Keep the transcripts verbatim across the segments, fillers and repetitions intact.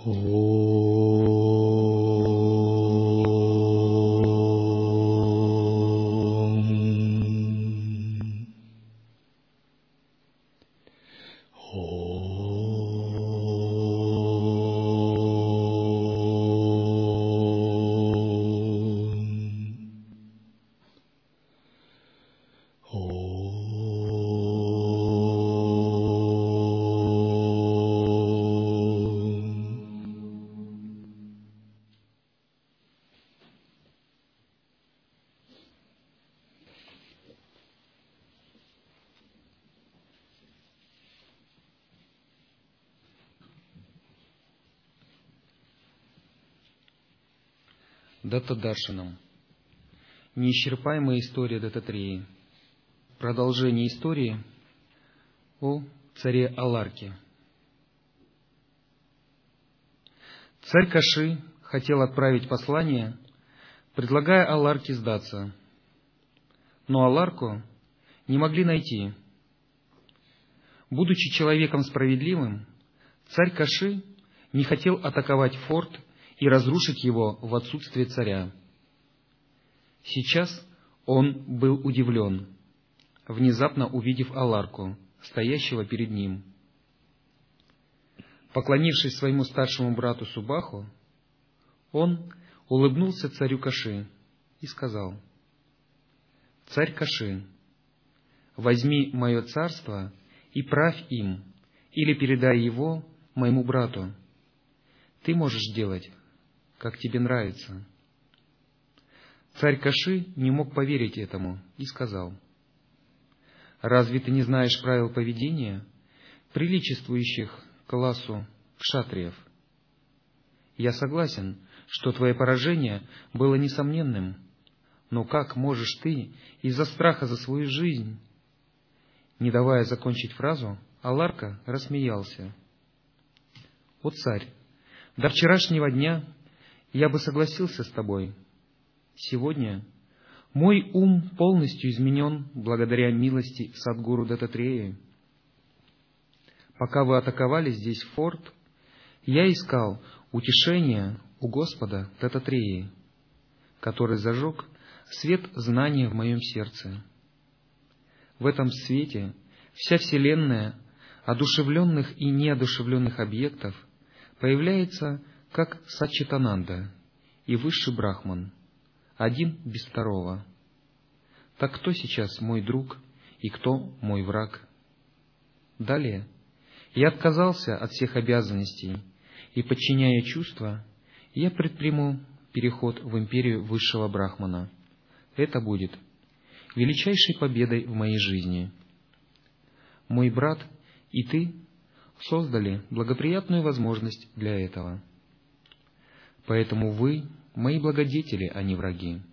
Даттадаршанам. Неисчерпаемая история Даттатреи. Продолжение истории о царе Аларке. Царь Каши хотел отправить послание, предлагая Аларке сдаться. Но Аларку не могли найти. Будучи человеком справедливым, царь Каши не хотел атаковать форт и разрушить его в отсутствие царя. Сейчас он был удивлен, внезапно увидев Аларку, стоящего перед ним. Поклонившись своему старшему брату Субаху, он улыбнулся царю Каши и сказал: «Царь Каши, возьми мое царство и правь им, или передай его моему брату. Ты можешь делать, как тебе нравится». Царь Каши не мог поверить этому и сказал: «Разве ты не знаешь правил поведения, приличествующих классу кшатриев? Я согласен, что твое поражение было несомненным, но как можешь ты из-за страха за свою жизнь...» Не давая закончить фразу, Аларка рассмеялся. «О царь, до вчерашнего дня я бы согласился с тобой. Сегодня мой ум полностью изменен благодаря милости Садгуру Даттатреи. Пока вы атаковали здесь форт, я искал утешения у Господа Даттатреи, который зажег свет знания в моем сердце. В этом свете вся вселенная одушевленных и неодушевленных объектов появляется как Саччитананда и высший Брахман, один без второго. Так кто сейчас мой друг и кто мой враг? Далее я отказался от всех обязанностей, и, подчиняя чувства, я предприму переход в империю высшего Брахмана. Это будет величайшей победой в моей жизни. Мой брат и ты создали благоприятную возможность для этого. Поэтому вы мои благодетели, а не враги.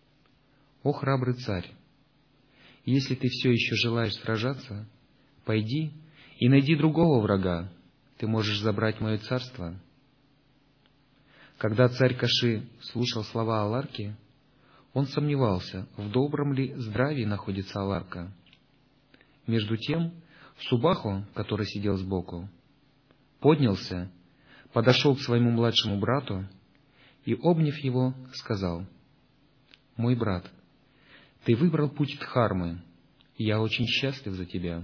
О храбрый царь! Если ты все еще желаешь сражаться, пойди и найди другого врага, ты можешь забрать мое царство». Когда царь Каши слушал слова Аларки, он сомневался, в добром ли здравии находится Аларка. Между тем Субаху, который сидел сбоку, поднялся, подошел к своему младшему брату и, обняв его, сказал: «Мой брат, ты выбрал путь Дхармы, и я очень счастлив за тебя».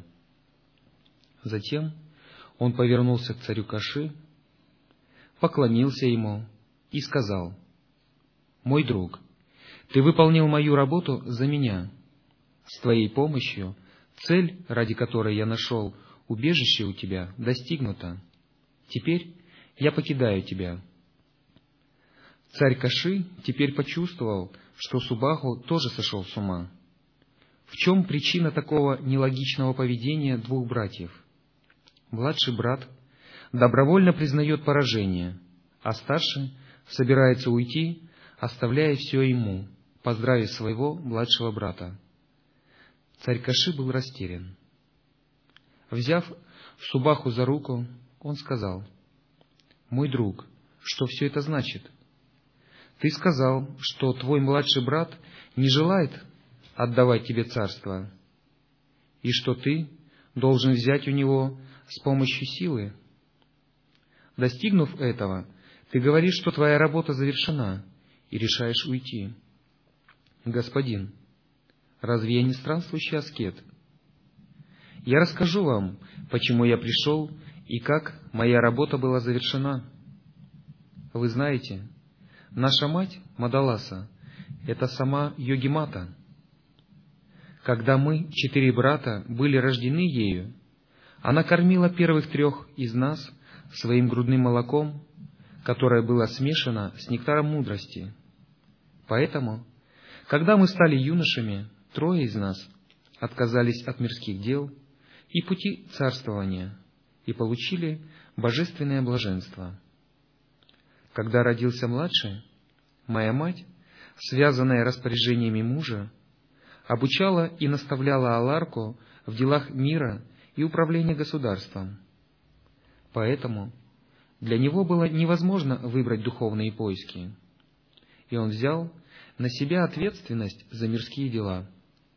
Затем он повернулся к царю Каши, поклонился ему и сказал: «Мой друг, ты выполнил мою работу за меня. С твоей помощью цель, ради которой я нашел убежище у тебя, достигнута. Теперь я покидаю тебя». Царь Каши теперь почувствовал, что Субаху тоже сошел с ума. В чем причина такого нелогичного поведения двух братьев? Младший брат добровольно признает поражение, а старший собирается уйти, оставляя все ему, поздравив своего младшего брата. Царь Каши был растерян. Взяв Субаху за руку, он сказал: «Мой друг, что все это значит? Ты сказал, что твой младший брат не желает отдавать тебе царство, и что ты должен взять у него с помощью силы. Достигнув этого, ты говоришь, что твоя работа завершена, и решаешь уйти. Господин, разве я не странствующий аскет? Я расскажу вам, почему я пришел и как моя работа была завершена. Вы знаете, наша мать Мадаласа — это сама Йоги-мата. Когда мы, четыре брата, были рождены ею, она кормила первых трех из нас своим грудным молоком, которое было смешано с нектаром мудрости. Поэтому, когда мы стали юношами, трое из нас отказались от мирских дел и пути царствования и получили божественное блаженство. Когда родился младший, моя мать, связанная распоряжениями мужа, обучала и наставляла Аларку в делах мира и управления государством. Поэтому для него было невозможно выбрать духовные поиски, и он взял на себя ответственность за мирские дела.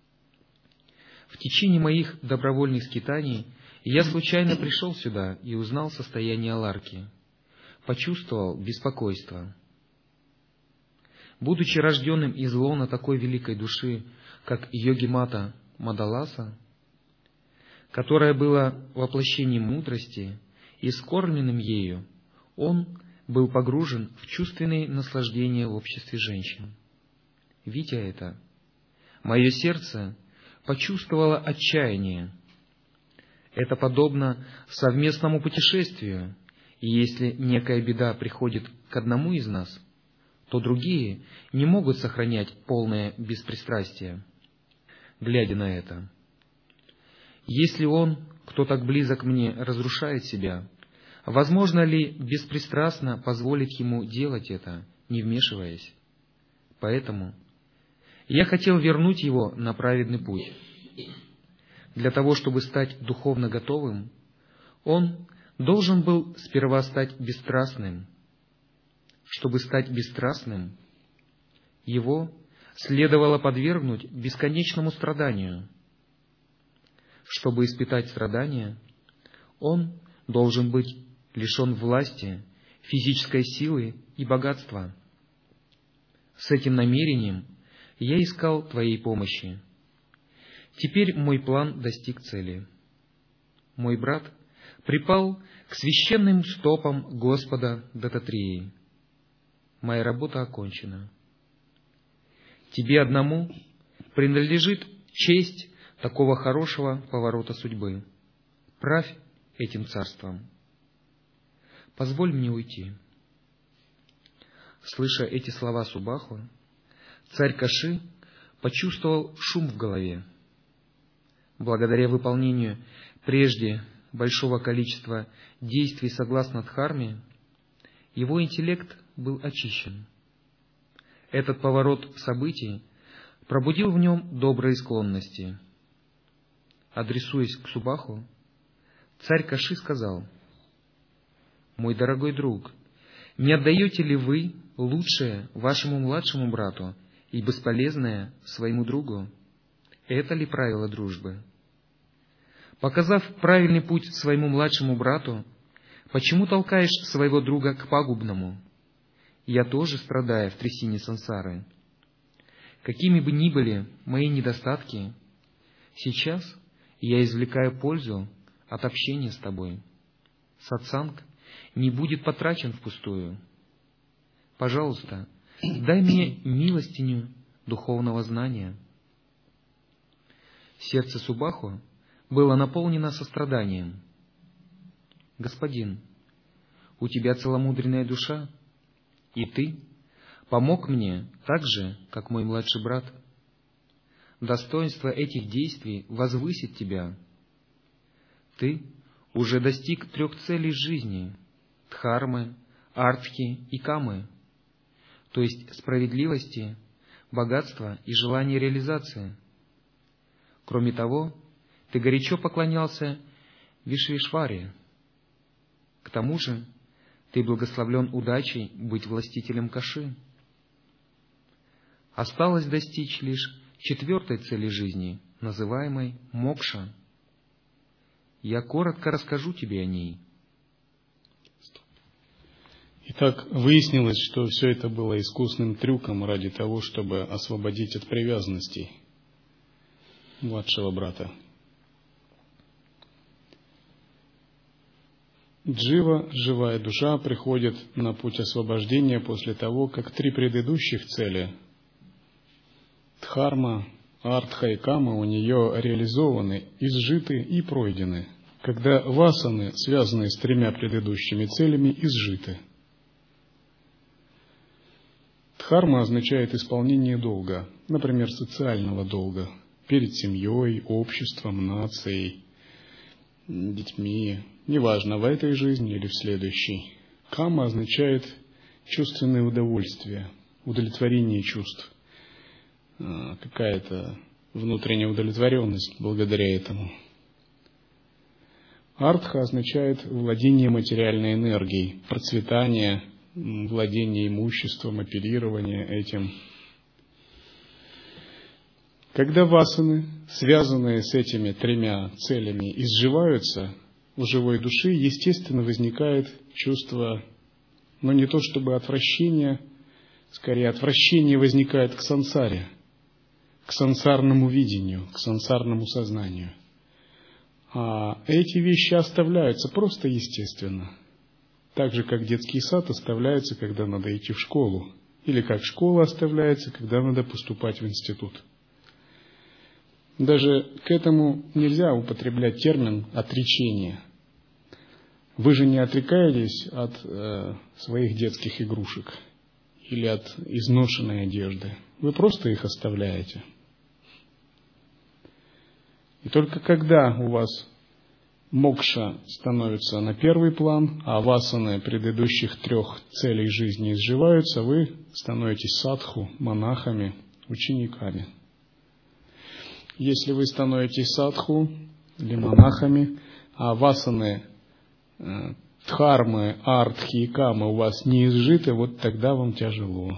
В течение моих добровольных скитаний я случайно пришел сюда и узнал состояние Аларки, почувствовал беспокойство. Будучи рожденным из лона такой великой души, как Йоги-мата Мадаласа, которая была воплощением мудрости, и скормленным ею, он был погружен в чувственные наслаждения в обществе женщин. Видя это, мое сердце почувствовало отчаяние. Это подобно совместному путешествию, и если некая беда приходит к одному из нас, то другие не могут сохранять полное беспристрастие, глядя на это. Если он, кто так близок мне, разрушает себя, возможно ли беспристрастно позволить ему делать это, не вмешиваясь? Поэтому я хотел вернуть его на праведный путь. Для того, чтобы стать духовно готовым, он должен был сперва стать бесстрастным. Чтобы стать бесстрастным, его следовало подвергнуть бесконечному страданию. Чтобы испытать страдания, он должен быть лишен власти, физической силы и богатства. С этим намерением я искал твоей помощи. Теперь мой план достиг цели. Мой брат припал к священным стопам Господа Дататреи. Моя работа окончена. Тебе одному принадлежит честь такого хорошего поворота судьбы. Правь этим царством. Позволь мне уйти. Слыша эти слова Субаху, царь Каши почувствовал шум в голове. Благодаря выполнению прежде большого количества действий согласно Дхарме, его интеллект был очищен. Этот поворот событий пробудил в нем добрые склонности. Адресуясь к Субаху, царь Каши сказал: «Мой дорогой друг, не отдаете ли вы лучшее вашему младшему брату и бесполезное своему другу? Это ли правило дружбы? Показав правильный путь своему младшему брату, почему толкаешь своего друга к пагубному? Я тоже страдаю в трясине сансары. Какими бы ни были мои недостатки, сейчас я извлекаю пользу от общения с тобой. Сатсанг не будет потрачен впустую. Пожалуйста, дай мне милостиню духовного знания». Сердце Субаху было наполнено состраданием. «Господин, у тебя целомудренная душа, и ты помог мне так же, как мой младший брат. Достоинство этих действий возвысит тебя. Ты уже достиг трех целей жизни — дхармы, артхи и камы, то есть справедливости, богатства и желания реализации. Кроме того, ты горячо поклонялся Вишвешваре. К тому же, ты благословлен удачей быть властителем Каши. Осталось достичь лишь четвертой цели жизни, называемой мокша. Я коротко расскажу тебе о ней. Итак, выяснилось, что все это было искусным трюком ради того, чтобы освободить от привязанностей младшего брата. Джива, живая душа, приходит на путь освобождения после того, как три предыдущих цели – дхарма, артха и кама – у нее реализованы, изжиты и пройдены, когда васаны, связанные с тремя предыдущими целями, изжиты. Дхарма означает исполнение долга, например, социального долга, перед семьей, обществом, нацией, детьми, неважно, в этой жизни или в следующей. Кама означает чувственное удовольствие, удовлетворение чувств, какая-то внутренняя удовлетворенность благодаря этому. Артха означает владение материальной энергией, процветание, владение имуществом, оперирование этим. Когда васаны, связанные с этими тремя целями, изживаются, у живой души, естественно, возникает чувство, но не то чтобы отвращение, скорее отвращение возникает к сансаре, к сансарному видению, к сансарному сознанию. А эти вещи оставляются просто естественно. Так же, как детский сад оставляется, когда надо идти в школу, или как школа оставляется, когда надо поступать в институт. Даже к этому нельзя употреблять термин «отречение». Вы же не отрекаетесь от э, своих детских игрушек или от изношенной одежды. Вы просто их оставляете. И только когда у вас мокша становится на первый план, а васаны предыдущих трех целей жизни изживаются, вы становитесь садху, монахами, учениками. Если вы становитесь садху или монахами, а васаны, дхармы, артхи и камы у вас не изжиты, вот тогда вам тяжело.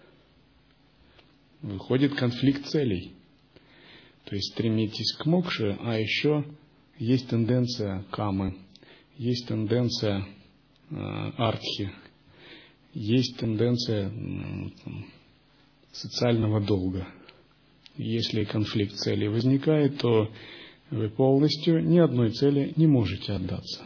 Выходит конфликт целей. То есть стремитесь к мокше, а еще есть тенденция камы, есть тенденция э, артхи, есть тенденция э, там, социального долга. Если конфликт целей возникает, то вы полностью ни одной цели не можете отдаться.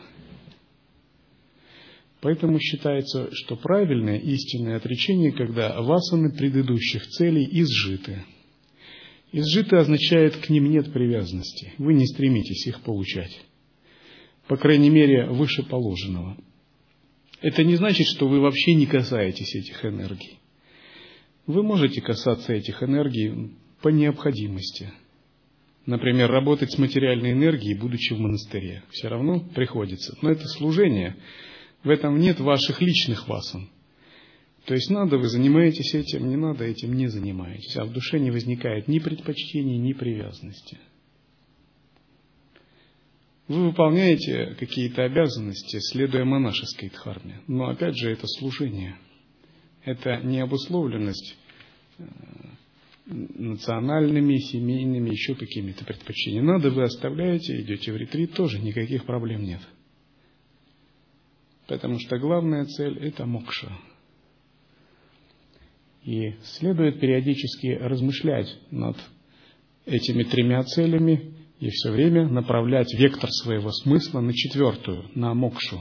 Поэтому считается, что правильное истинное отречение, когда васаны предыдущих целей изжиты. Изжиты означает, к ним нет привязанности, вы не стремитесь их получать. По крайней мере, выше положенного. Это не значит, что вы вообще не касаетесь этих энергий. Вы можете касаться этих энергий по необходимости. Например, работать с материальной энергией, будучи в монастыре. Все равно приходится. Но это служение. В этом нет ваших личных васан. То есть надо, вы занимаетесь этим, не надо, этим не занимаетесь. А в душе не возникает ни предпочтений, ни привязанности. Вы выполняете какие-то обязанности, следуя монашеской дхарме. Но опять же, это служение. Это не обусловленность национальными, семейными, еще какими-то предпочтениями. Надо, вы оставляете, идете в ретрит, тоже никаких проблем нет. Потому что главная цель – это мокша. И следует периодически размышлять над этими тремя целями и все время направлять вектор своего смысла на четвертую, на мокшу.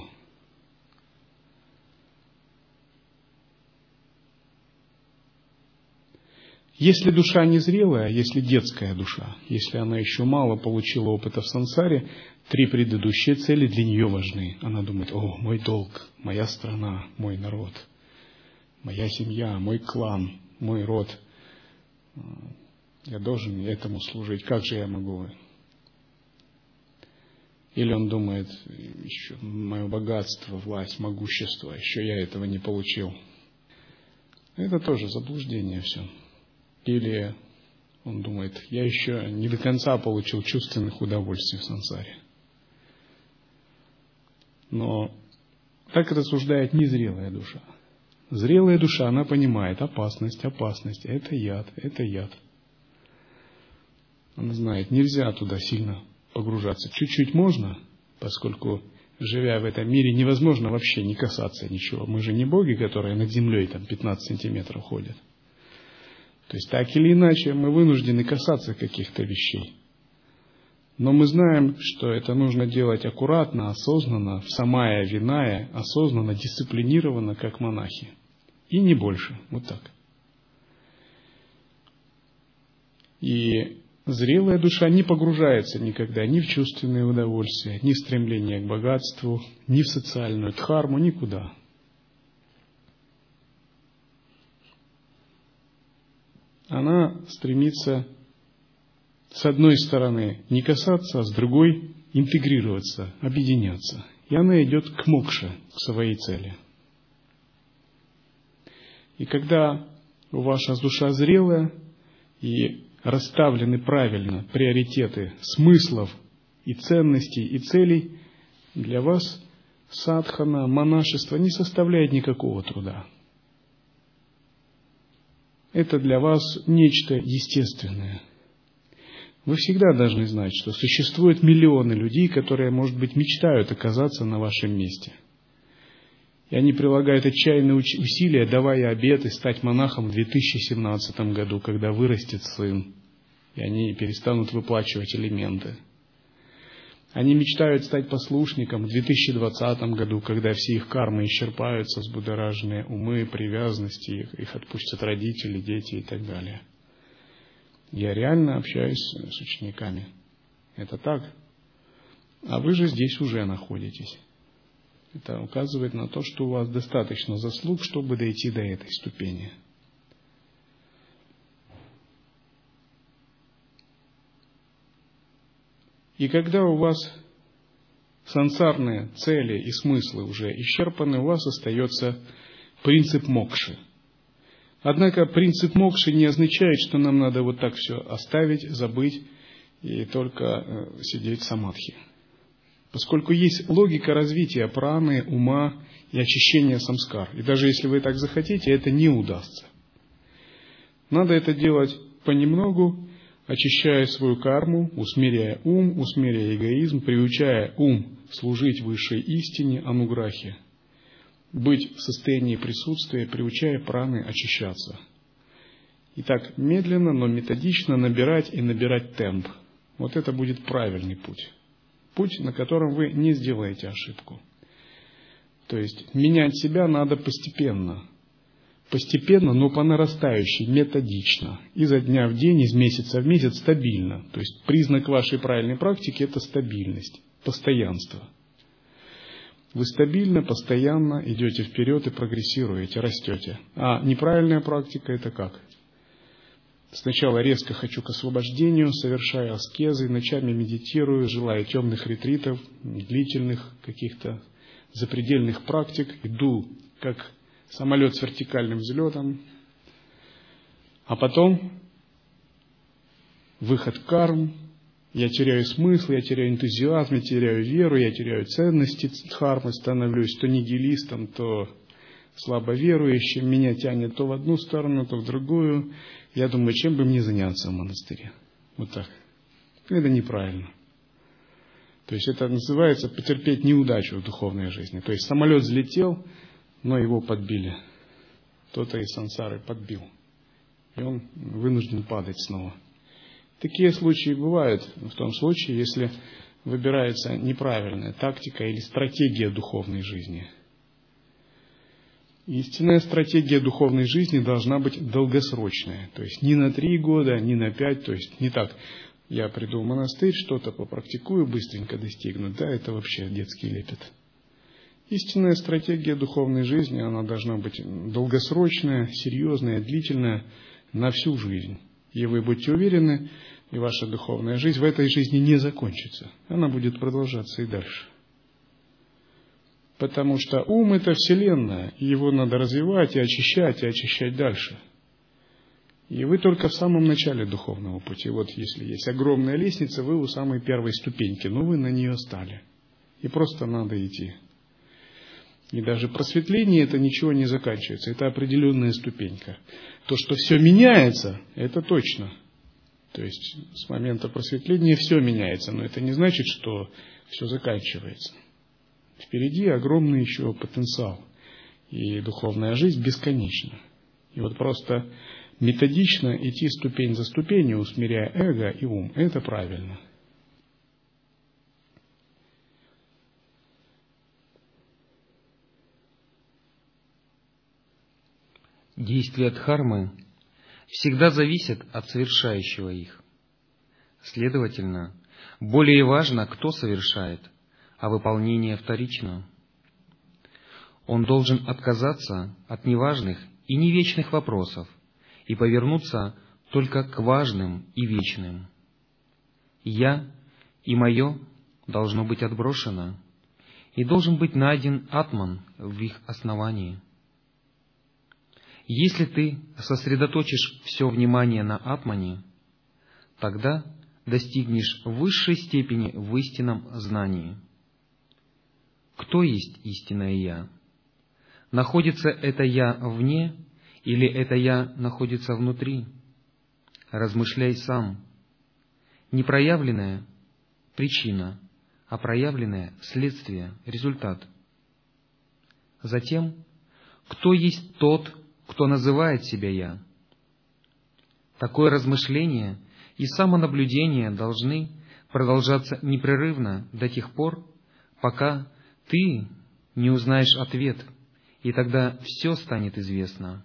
Если душа незрелая, если детская душа, если она еще мало получила опыта в сансаре, три предыдущие цели для нее важны. Она думает: о, мой долг, моя страна, мой народ, моя семья, мой клан, мой род. Я должен этому служить. Как же я могу? Или он думает: еще мое богатство, власть, могущество, еще я этого не получил. Это тоже заблуждение все. Или он думает: я еще не до конца получил чувственных удовольствий в сансаре. Но так рассуждает незрелая душа. Зрелая душа, она понимает: опасность, опасность, это яд, это яд. Она знает, нельзя туда сильно погружаться. Чуть-чуть можно, поскольку живя в этом мире, невозможно вообще не касаться ничего. Мы же не боги, которые над землей там пятнадцать сантиметров ходят. То есть так или иначе мы вынуждены касаться каких-то вещей. Но мы знаем, что это нужно делать аккуратно, осознанно, самая виная, осознанно, дисциплинированно, как монахи. И не больше. Вот так. И зрелая душа не погружается никогда ни в чувственные удовольствия, ни в стремление к богатству, ни в социальную дхарму, никуда. Она стремится с одной стороны не касаться, а с другой интегрироваться, объединяться. И она идет к мокше, к своей цели. И когда ваша душа зрелая и расставлены правильно приоритеты смыслов и ценностей и целей, для вас садхана, монашество не составляет никакого труда. Это для вас нечто естественное. Вы всегда должны знать, что существуют миллионы людей, которые, может быть, мечтают оказаться на вашем месте. И они прилагают отчаянные усилия, давая обеты стать монахом в две тысячи семнадцатом году, когда вырастет сын, и они перестанут выплачивать алименты. Они мечтают стать послушником в две тысячи двадцатом году, когда все их кармы исчерпаются, взбудораженные умы, привязанности, их, их отпустят родители, дети и так далее. Я реально общаюсь с учениками. Это так. А вы же здесь уже находитесь. Это указывает на то, что у вас достаточно заслуг, чтобы дойти до этой ступени. И когда у вас сансарные цели и смыслы уже исчерпаны, у вас остается принцип мокши. Однако принцип мокши не означает, что нам надо вот так все оставить, забыть и только сидеть в самадхи. Поскольку есть логика развития праны, ума и очищения самскар. И даже если вы так захотите, это не удастся. Надо это делать понемногу, очищая свою карму, усмиряя ум, усмиряя эгоизм, приучая ум служить высшей истине, ануграхе. Быть в состоянии присутствия, приучая праны очищаться. И так медленно, но методично набирать и набирать темп. Вот это будет правильный путь. Путь, на котором вы не сделаете ошибку. То есть менять себя надо постепенно. Постепенно, но по нарастающей, методично. Изо дня в день, из месяца в месяц стабильно. То есть признак вашей правильной практики – это стабильность, постоянство. Вы стабильно, постоянно идете вперед и прогрессируете, растете. А неправильная практика – это как? Сначала резко хочу к освобождению, совершаю аскезы, ночами медитирую, желаю темных ретритов, длительных каких-то запредельных практик, иду как самолет с вертикальным взлетом, а потом выход карм, я теряю смысл, я теряю энтузиазм, я теряю веру, я теряю ценности дхармы, становлюсь то нигилистом, то слабоверующим, меня тянет то в одну сторону, то в другую. Я думаю, чем бы мне заняться в монастыре? Вот так. Это неправильно. То есть это называется потерпеть неудачу в духовной жизни. То есть самолет взлетел, но его подбили. Кто-то из сансары подбил. И он вынужден падать снова. Такие случаи бывают в том случае, если выбирается неправильная тактика или стратегия духовной жизни. Истинная стратегия духовной жизни должна быть долгосрочная. То есть не на три года, не на пять. То есть не так, я приду в монастырь, что-то попрактикую, быстренько достигну. Да, это вообще детский лепет. Истинная стратегия духовной жизни, она должна быть долгосрочная, серьезная, длительная, на всю жизнь. И вы будьте уверены, и ваша духовная жизнь в этой жизни не закончится. Она будет продолжаться и дальше. Потому что ум – это Вселенная, и его надо развивать и очищать, и очищать дальше. И вы только в самом начале духовного пути. Вот если есть огромная лестница, вы у самой первой ступеньки, но вы на нее стали. И просто надо идти. И даже просветление – это ничего не заканчивается, это определенная ступенька. То, что все меняется, это точно. То есть с момента просветления все меняется, но это не значит, что все заканчивается. Впереди огромный еще потенциал, и духовная жизнь бесконечна. И вот просто методично идти ступень за ступенью, усмиряя эго и ум, это правильно. Действия дхармы всегда зависят от совершающего их. Следовательно, более важно, кто совершает, а выполнение вторично. Он должен отказаться от неважных и невечных вопросов и повернуться только к важным и вечным. «Я» и «моё» должно быть отброшено, и должен быть найден атман в их основании. Если ты сосредоточишь все внимание на атмане, тогда достигнешь высшей степени в истинном знании. Кто есть истинное «Я»? Находится это «Я» вне, или это «Я» находится внутри? Размышляй сам. Непроявленная — причина, а проявленное — следствие, результат. Затем, кто есть тот, кто называет себя «Я»? Такое размышление и самонаблюдение должны продолжаться непрерывно до тех пор, пока ты не узнаешь ответ, и тогда все станет известно.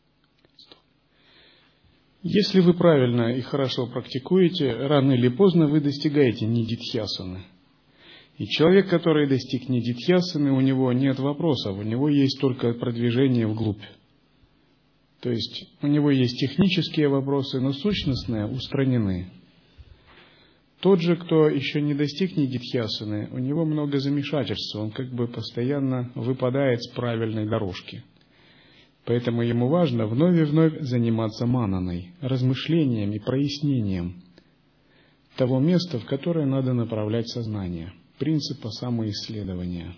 Если вы правильно и хорошо практикуете, рано или поздно вы достигаете нидидхьясаны. И человек, который достиг нидидхьясаны, у него нет вопросов, у него есть только продвижение вглубь. То есть у него есть технические вопросы, но сущностные устранены. Тот же, кто еще не достиг нидидхьясаны, у него много замешательства, он как бы постоянно выпадает с правильной дорожки. Поэтому ему важно вновь и вновь заниматься мананой, размышлением и прояснением того места, в которое надо направлять сознание, принципа самоисследования.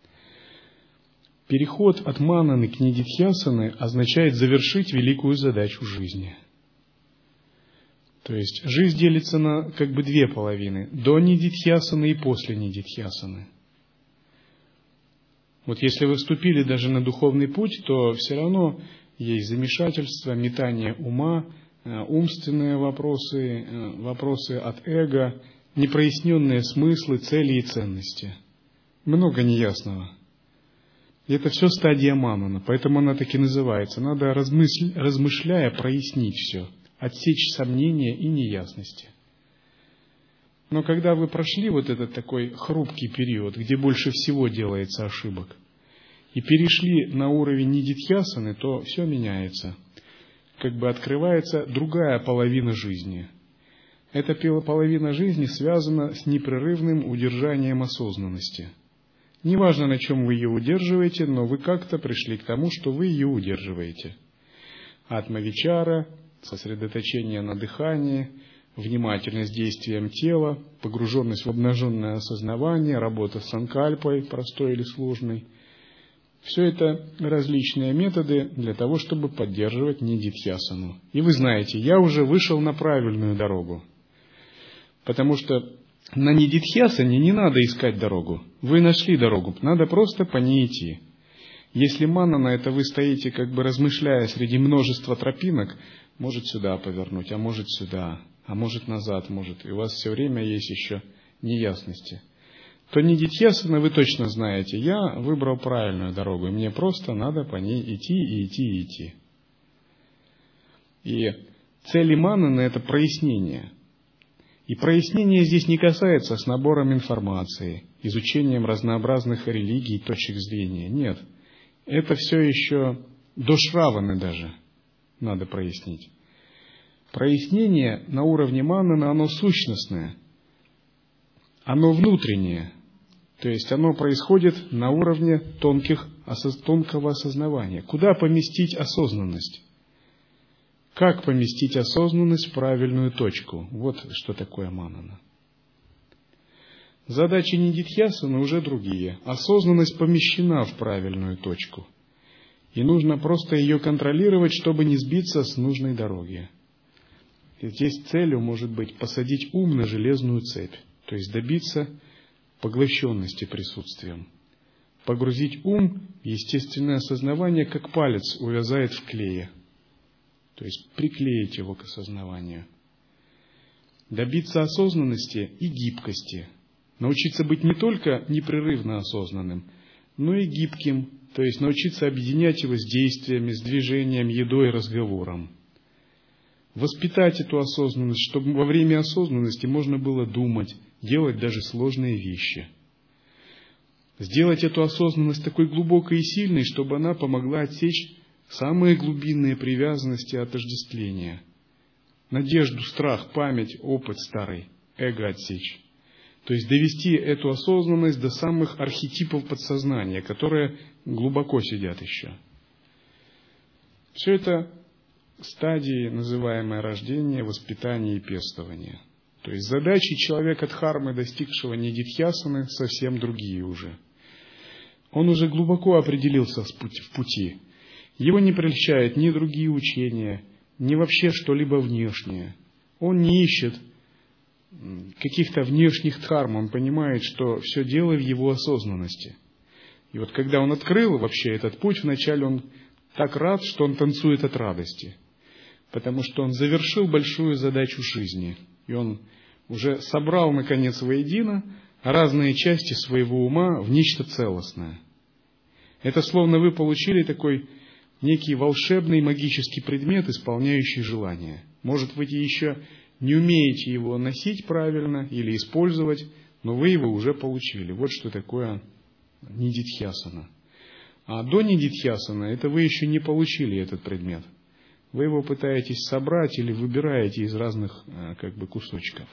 Переход от мананы к нидидхьясаны означает завершить великую задачу жизни. То есть жизнь делится на как бы две половины: до нидидхьясаны и после нидидхьясаны. Вот если вы вступили даже на духовный путь, то все равно есть замешательство, метание ума, умственные вопросы, вопросы от эго, непроясненные смыслы, цели и ценности. Много неясного. И это все стадия манана, поэтому она так и называется. Надо, размысль, размышляя, прояснить все, отсечь сомнения и неясности. Но когда вы прошли вот этот такой хрупкий период, где больше всего делается ошибок, и перешли на уровень нидидхьясаны, то все меняется. Как бы открывается другая половина жизни. Эта половина жизни связана с непрерывным удержанием осознанности. Неважно, на чем вы ее удерживаете, но вы как-то пришли к тому, что вы ее удерживаете. Атма-вичара, сосредоточение на дыхании, внимательность действиям тела, погруженность в обнаженное осознавание, работа с санкальпой, простой или сложной. Все это различные методы для того, чтобы поддерживать нидидхьясану. И вы знаете, я уже вышел на правильную дорогу. Потому что на нидидхьясане не надо искать дорогу. Вы нашли дорогу, надо просто по ней идти. Если манана, это вы стоите, как бы размышляя среди множества тропинок, может сюда повернуть, а может сюда, а может назад, может, и у вас все время есть еще неясности, то нидидхьясана вы точно знаете, я выбрал правильную дорогу, и мне просто надо по ней идти и идти и идти. И цели мананы – это прояснение. И прояснение здесь не касается с набором информации, изучением разнообразных религий, точек зрения. Нет, это все еще до шраваны даже надо прояснить. Прояснение на уровне мананы, оно сущностное, оно внутреннее. То есть оно происходит на уровне тонких, тонкого осознавания. Куда поместить осознанность? Как поместить осознанность в правильную точку? Вот что такое манана. Задачи нидидхьясаны уже другие. Осознанность помещена в правильную точку. И нужно просто ее контролировать, чтобы не сбиться с нужной дороги. И здесь целью может быть посадить ум на железную цепь. То есть добиться поглощенности присутствием. погрузить ум в естественное осознавание, как палец увязает в клее. То есть приклеить его к осознаванию. Добиться осознанности и гибкости. Научиться быть не только непрерывно осознанным, но и гибким, то есть научиться объединять его с действиями, с движением, едой, разговором. Воспитать эту осознанность, чтобы во время осознанности можно было думать, делать даже сложные вещи. Сделать эту осознанность такой глубокой и сильной, чтобы она помогла отсечь самые глубинные привязанности и отождествления. Надежду, страх, память, опыт старый, эго отсечь. То есть довести эту осознанность до самых архетипов подсознания, которые глубоко сидят еще. Все это стадии, называемые рождение, воспитание и пестование. То есть задачи человека дхармы, достигшего нидидхьясаны, совсем другие уже. Он уже глубоко определился в пути. Его не прельщают ни другие учения, ни вообще что-либо внешнее. Он не ищет каких-то внешних дхарм, он понимает, что все дело в его осознанности. И вот когда он открыл вообще этот путь, вначале он так рад, что он танцует от радости, потому что он завершил большую задачу жизни, и он уже собрал, наконец, воедино разные части своего ума в нечто целостное. Это словно вы получили такой некий волшебный магический предмет, исполняющий желания. Может быть, и еще не умеете его носить правильно или использовать, но вы его уже получили. Вот что такое нидидхьясана. А до нидидхьясана это вы еще не получили этот предмет. Вы его пытаетесь собрать или выбираете из разных как бы кусочков.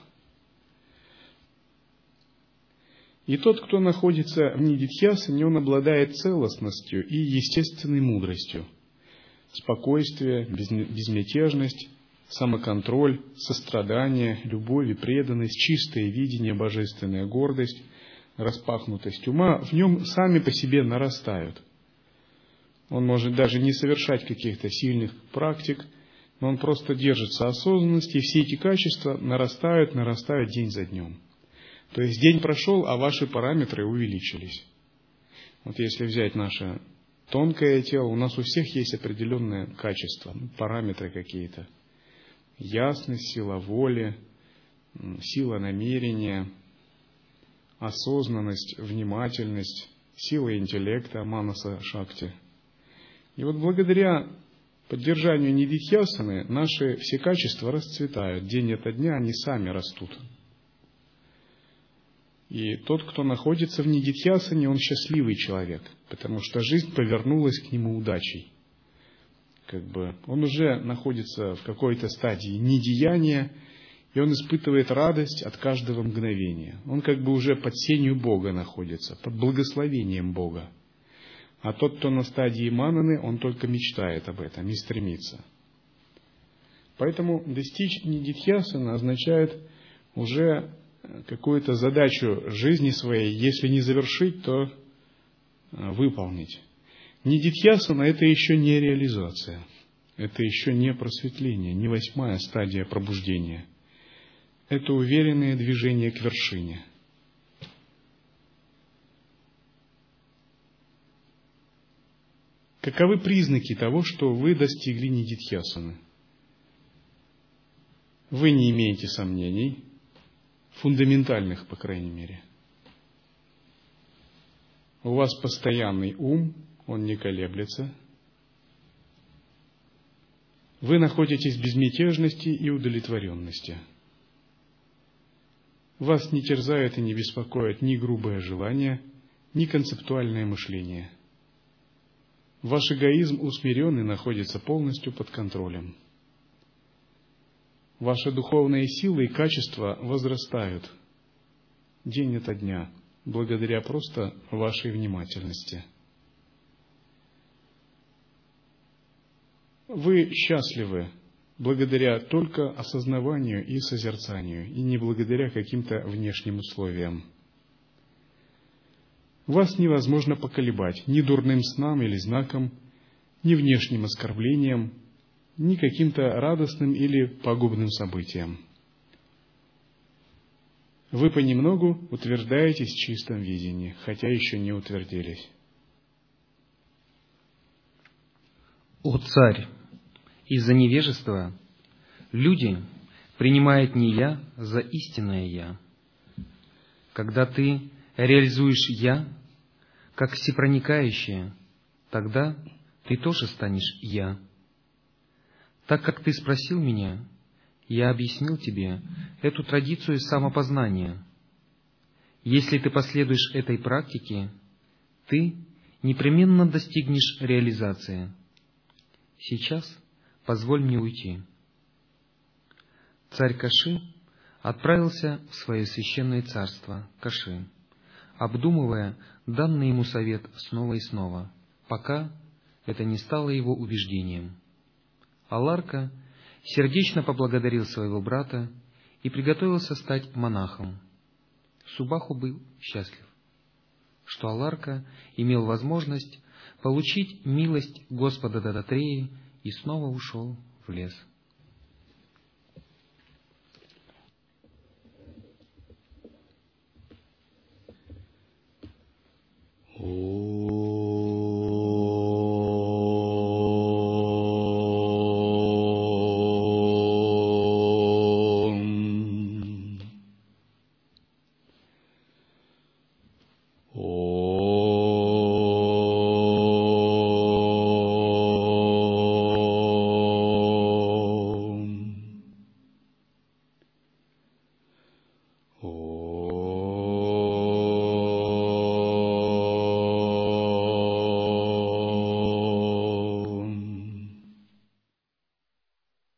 И тот, кто находится в нидидхьясане, он обладает целостностью и естественной мудростью. Спокойствие, безмятежность, самоконтроль, сострадание, любовь и преданность, чистое видение, божественная гордость, распахнутость ума в нем сами по себе нарастают. Он может даже не совершать каких-то сильных практик, но он просто держится осознанности, и все эти качества нарастают, нарастают день за днем. То есть день прошел, а ваши параметры увеличились. Вот если взять наше тонкое тело, у нас у всех есть определенные качества, параметры какие-то. Ясность, сила воли, сила намерения, осознанность, внимательность, сила интеллекта, манаса шакти. И вот благодаря поддержанию нидидхьясаны наши все качества расцветают. День ото дня они сами растут. И тот, кто находится в нидидхьясане, он счастливый человек, потому что жизнь повернулась к нему удачей. Как бы он уже находится в какой-то стадии недеяния, и он испытывает радость от каждого мгновения. Он как бы уже под сенью Бога находится, под благословением Бога. А тот, кто на стадии мананы, он только мечтает об этом, не стремится. Поэтому достичь нидидхьясаны означает уже какую-то задачу жизни своей, если не завершить, то выполнить. Нидидхьясана – это еще не реализация, это еще не просветление, не восьмая стадия пробуждения. Это уверенное движение к вершине. Каковы признаки того, что вы достигли нидидхьясаны? Вы не имеете сомнений, фундаментальных, по крайней мере. У вас постоянный ум, он не колеблется. Вы находитесь в безмятежности и удовлетворенности. Вас не терзает и не беспокоит ни грубое желание, ни концептуальное мышление. Ваш эгоизм усмирен и находится полностью под контролем. Ваша духовная сила и качества возрастают день ото дня, благодаря просто вашей внимательности. Вы счастливы благодаря только осознаванию и созерцанию, и не благодаря каким-то внешним условиям. Вас невозможно поколебать ни дурным сном или знаком, ни внешним оскорблением, ни каким-то радостным или пагубным событием. Вы понемногу утверждаетесь в чистом видении, хотя еще не утвердились. О царь, из-за невежества люди принимают не «я» за истинное «я». Когда ты реализуешь «я» как всепроникающее, тогда ты тоже станешь «я». Так как ты спросил меня, я объяснил тебе эту традицию самопознания. Если ты последуешь этой практике, ты непременно достигнешь реализации. Сейчас позволь мне уйти. Царь Каши отправился в свое священное царство Каши, обдумывая данный ему совет снова и снова, пока это не стало его убеждением. Аларка сердечно поблагодарил своего брата и приготовился стать монахом. Субаху был счастлив, что Аларка имел возможность получить милость Господа Дататреи и снова ушел в лес. Oh.